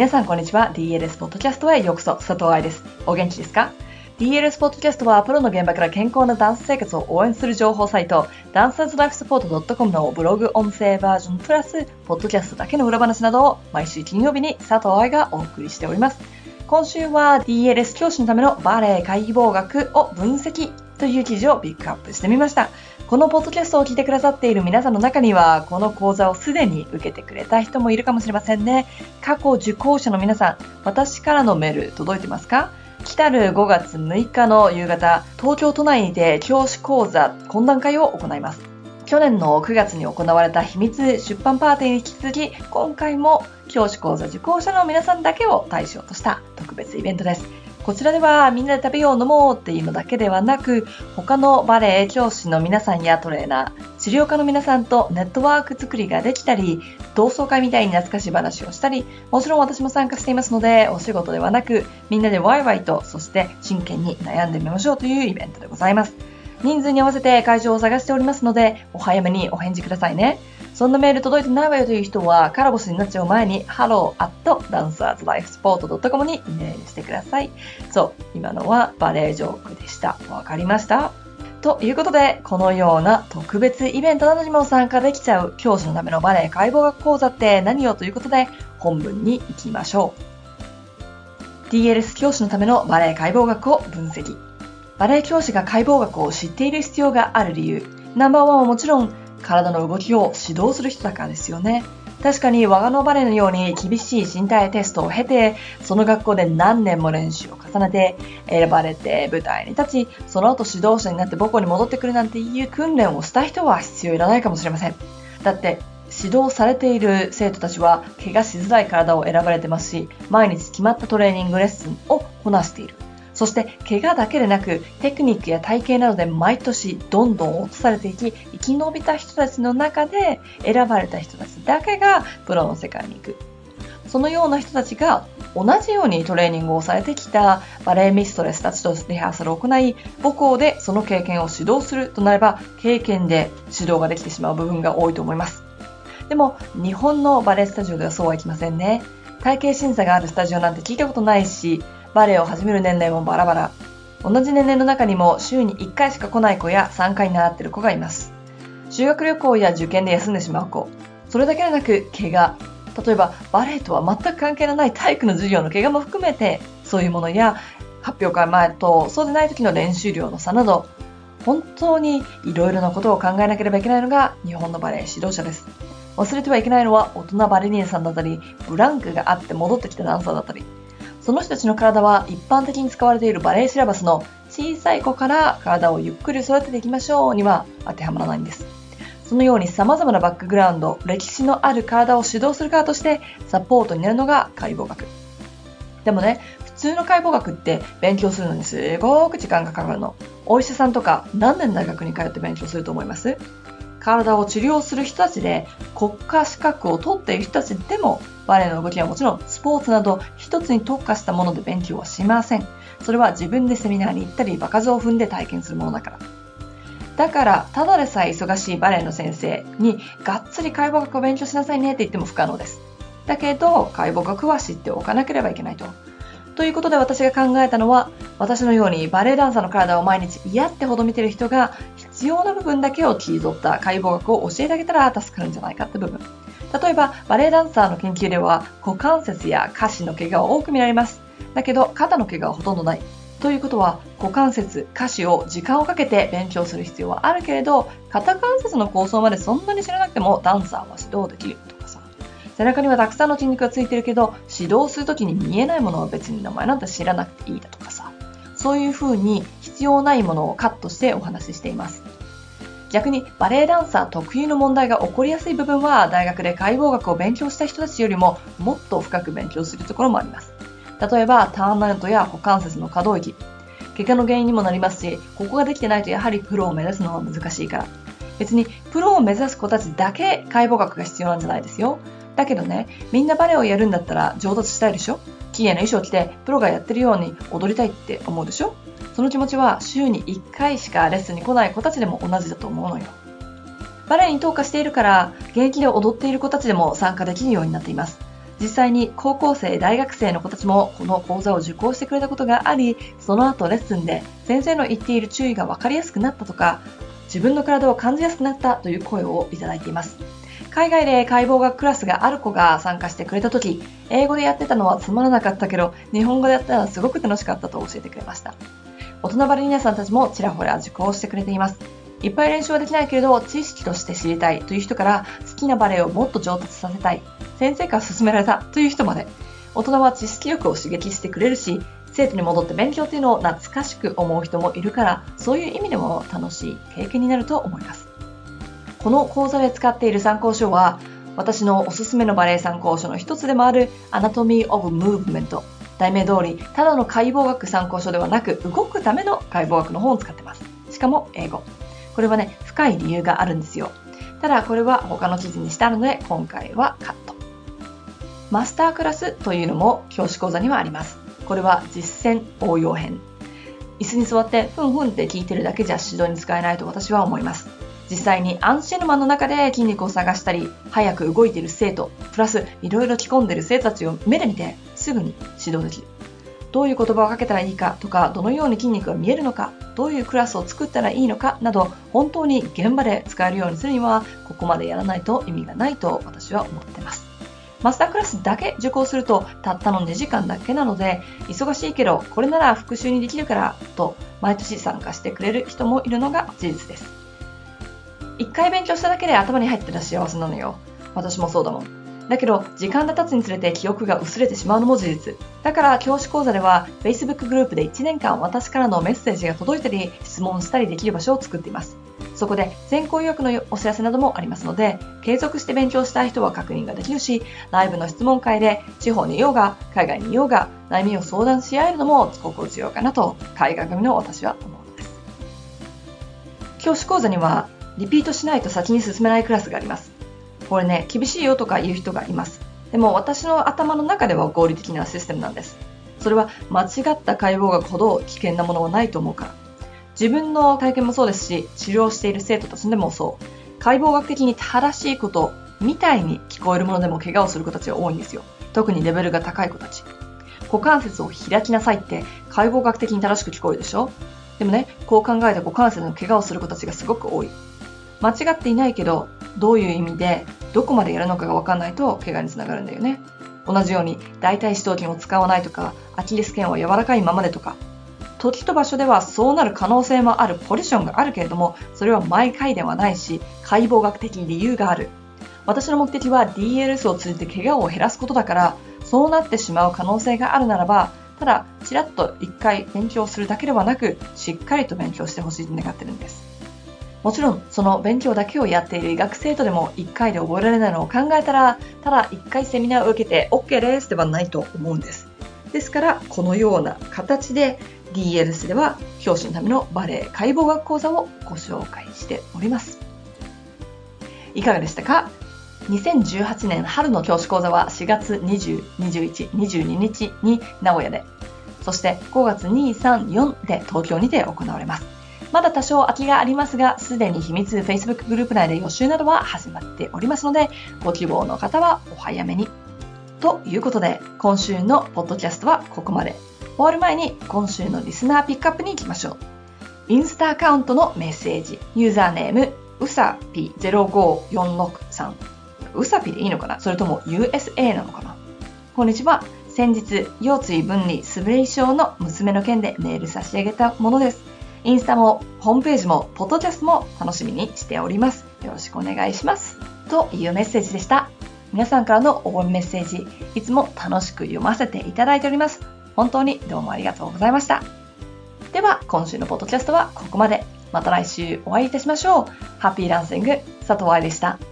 皆さんこんにちは。 DLS ポッドキャストへようこそ。佐藤愛です。お元気ですか？ DLS ポッドキャストはプロの現場から健康なダンス生活を応援する情報サイト、ダンサーズライフサポート .com のブログ音声バージョンプラスポッドキャストだけの裏話などを毎週金曜日に佐藤愛がお送りしております。今週は DLS 教師のためのバレエ解剖学を分析という記事をピックアップしてみました。このポッドキャストを聞いてくださっている皆さんの中には、この講座をすでに受けてくれた人もいるかもしれませんね。過去受講者の皆さん、私からのメール届いてますか？来たる5月6日の夕方、東京都内で教師講座懇談会を行います。去年の9月に行われた秘密出版パーティーに引き続き、今回も教師講座受講者の皆さんだけを対象とした特別イベントです。こちらではみんなで食べよう飲もうっていうのだけではなく、他のバレエ教師の皆さんやトレーナー、治療家の皆さんとネットワーク作りができたり、同窓会みたいに懐かしい話をしたり、もちろん私も参加していますので、お仕事ではなくみんなでワイワイと、そして真剣に悩んでみましょうというイベントでございます。人数に合わせて会場を探しておりますので、お早めにお返事くださいね。そんなメール届いてないわよという人は、カラボスになっちゃう前に hello@dancerslifesport.com にメールしてください。そう、今のはバレエジョークでした。わかりました？ということで、このような特別イベントなどにも参加できちゃう教師のためのバレエ解剖学講座って何よということで、本文に行きましょう。DLS 教師のためのバレエ解剖学を分析。バレエ教師が解剖学を知っている必要がある理由。ナンバーワンはもちろん、体の動きを指導する人だからですよね。確かに我がのバレエのように厳しい身体テストを経て、その学校で何年も練習を重ねて、選ばれて舞台に立ち、その後指導者になって母校に戻ってくるなんていう訓練をした人は必要いらないかもしれません。だって指導されている生徒たちは怪我しづらい体を選ばれてますし、毎日決まったトレーニングレッスンをこなしている。そして怪我だけでなくテクニックや体型などで毎年どんどん落とされていき、生き延びた人たちの中で選ばれた人たちだけがプロの世界に行く。そのような人たちが同じようにトレーニングをされてきたバレエミストレスたちとリハーサルを行い、母校でその経験を指導するとなれば、経験で指導ができてしまう部分が多いと思います。でも日本のバレエスタジオではそうはいきませんね。体型審査があるスタジオなんて聞いたことないし、バレエを始める年齢もバラバラ。同じ年齢の中にも週に1回しか来ない子や3回習ってる子がいます。修学旅行や受験で休んでしまう子。それだけでなく怪我。例えばバレエとは全く関係のない体育の授業の怪我も含めて、そういうものや発表会前とそうでない時の練習量の差など、本当にいろいろなことを考えなければいけないのが日本のバレエ指導者です。忘れてはいけないのは大人バレリーナさんだったり、ブランクがあって戻ってきたダンサーだったり、その人たちの体は一般的に使われているバレエシラバスの小さい子から体をゆっくり育てていきましょうには当てはまらないんです。そのように様々なバックグラウンド、歴史のある体を指導する側としてサポートになるのが解剖学。でもね、普通の解剖学って勉強するのにすごく時間がかかるの。お医者さんとか何年大学に通って勉強すると思います？体を治療する人たちで国家資格を取っている人たちでも、バレエの動きはもちろんスポーツなど一つに特化したもので勉強はしません。それは自分でセミナーに行ったり場数を踏んで体験するものだから。だからただでさえ忙しいバレエの先生にがっつり解剖学を勉強しなさいねって言っても不可能です。だけど解剖学は知っておかなければいけないということで、私が考えたのは、私のようにバレエダンサーの体を毎日嫌ってほど見ている人が必要な部分だけを切り取った解剖学を教えてあげたら助かるんじゃないかって部分。例えばバレエダンサーの研究では股関節や下肢の怪我は多く見られます。だけど肩の怪我はほとんどない。ということは股関節、下肢を時間をかけて勉強する必要はあるけれど、肩関節の構想までそんなに知らなくてもダンサーは指導できるとかさ。背中にはたくさんの筋肉がついてるけど、指導するときに見えないものは別に名前なんて知らなくていいだとかさ。そういう風に必要ないものをカットしてお話ししています。逆にバレエダンサー特有の問題が起こりやすい部分は、大学で解剖学を勉強した人たちよりももっと深く勉強するところもあります。例えばターンアウトや股関節の可動域。怪我の原因にもなりますし、ここができてないとやはりプロを目指すのは難しいから。別にプロを目指す子たちだけ解剖学が必要なんじゃないですよ。だけどね、みんなバレエをやるんだったら上達したいでしょ。綺麗な衣装を着てプロがやってるように踊りたいって思うでしょ。その気持ちは週に1回しかレッスンに来ない子たちでも同じだと思うのよ。バレエに特化しているから現役で踊っている子たちでも参加できるようになっています。 実際に高校生、大学生の子たちもこの講座を受講してくれたことがあり、その後レッスンで先生の言っている注意が分かりやすくなったとか、自分の体を感じやすくなったという声をいただいています。海外で解剖学クラスがある子が参加してくれたとき、英語でやってたのはつまらなかったけど、日本語でやったらすごく楽しかったと教えてくれました。大人バレリーナさんたちもちらほら受講してくれています。いっぱい練習はできないけれど、知識として知りたいという人から、好きなバレエをもっと上達させたい、先生から勧められたという人まで、大人は知識欲を刺激してくれるし、生徒に戻って勉強っていうのを懐かしく思う人もいるから、そういう意味でも楽しい経験になると思います。この講座で使っている参考書は、私のおすすめのバレエ参考書の一つでもある Anatomy of Movement。題名通り、ただの解剖学参考書ではなく、動くための解剖学の本を使っています。しかも英語。これはね、深い理由があるんですよ。ただこれは他の記事にしたので、今回はカット。マスタークラスというのも教師講座にはあります。これは実践応用編。椅子に座ってふんふんって聞いてるだけじゃ指導に使えないと私は思います。実際にアンシェヌマンの中で筋肉を探したり、早く動いている生徒、プラスいろいろ着込んでいる生徒たちを目で見てすぐに指導できる。どういう言葉をかけたらいいかとか、どのように筋肉が見えるのか、どういうクラスを作ったらいいのかなど、本当に現場で使えるようにするには、ここまでやらないと意味がないと私は思っています。マスタークラスだけ受講すると、たったの2時間だけなので、忙しいけど、これなら復習にできるからと、毎年参加してくれる人もいるのが事実です。一回勉強しただけで頭に入ったら幸せなのよ。私もそうだもん。だけど、時間が経つにつれて記憶が薄れてしまうのも事実。だから、教師講座では、Facebook グループで1年間私からのメッセージが届いたり、質問したりできる場所を作っています。そこで、先行予約のお知らせなどもありますので、継続して勉強したい人は確認ができるし、ライブの質問会で、地方にいようが、海外にいようが、悩みを相談し合えるのも心強いかなと、海外組の私は思うのです。教師講座には、リピートしないと先に進めないクラスがあります。これね、厳しいよとか言う人がいます。でも私の頭の中では合理的なシステムなんです。それは間違った解剖学ほど危険なものはないと思うから。自分の体験もそうですし、治療している生徒たちでもそう。解剖学的に正しいことみたいに聞こえるものでも怪我をする子たちが多いんですよ。特にレベルが高い子たち。股関節を開きなさいって解剖学的に正しく聞こえるでしょ？でもね、こう考えた股関節の怪我をする子たちがすごく多い。間違っていないけど、どういう意味でどこまでやるのかが分かんないと怪我につながるんだよね。同じように大腿四頭筋を使わないとか、アキレス腱は柔らかいままでとか、時と場所ではそうなる可能性もあるポジションがあるけれども、それは毎回ではないし、解剖学的に理由がある。私の目的は DLS を通じて怪我を減らすことだから、そうなってしまう可能性があるならば、ただちらっと一回勉強するだけではなく、しっかりと勉強してほしいと願ってるんです。もちろん、その勉強だけをやっている医学生徒でも1回で覚えられないのを考えたら、ただ1回セミナーを受けて OK ですではないと思うんです。ですから、このような形で DLS では教師のためのバレエ解剖学講座をご紹介しております。いかがでしたか？2018年春の教師講座は4月20、21、22日に名古屋で、そして5月2、3、4で東京にて行われます。まだ多少空きがありますが、すでに秘密 Facebook グループ内で予習などは始まっておりますので、ご希望の方はお早めに。ということで、今週のポッドキャストはここまで。終わる前に今週のリスナーピックアップに行きましょう。インスタアカウントのメッセージ、ユーザーネーム、うさぴ05463。うさぴでいいのかな？それとも USA なのかな？こんにちは。先日、腰椎分離スブレイ症の娘の件でメール差し上げたものです。インスタもホームページもポッドキャストも楽しみにしております。よろしくお願いします。というメッセージでした。皆さんからの応援メッセージ、いつも楽しく読ませていただいております。本当にどうもありがとうございました。では、今週のポッドキャストはここまで。また来週お会いいたしましょう。ハッピーランシング、佐藤愛でした。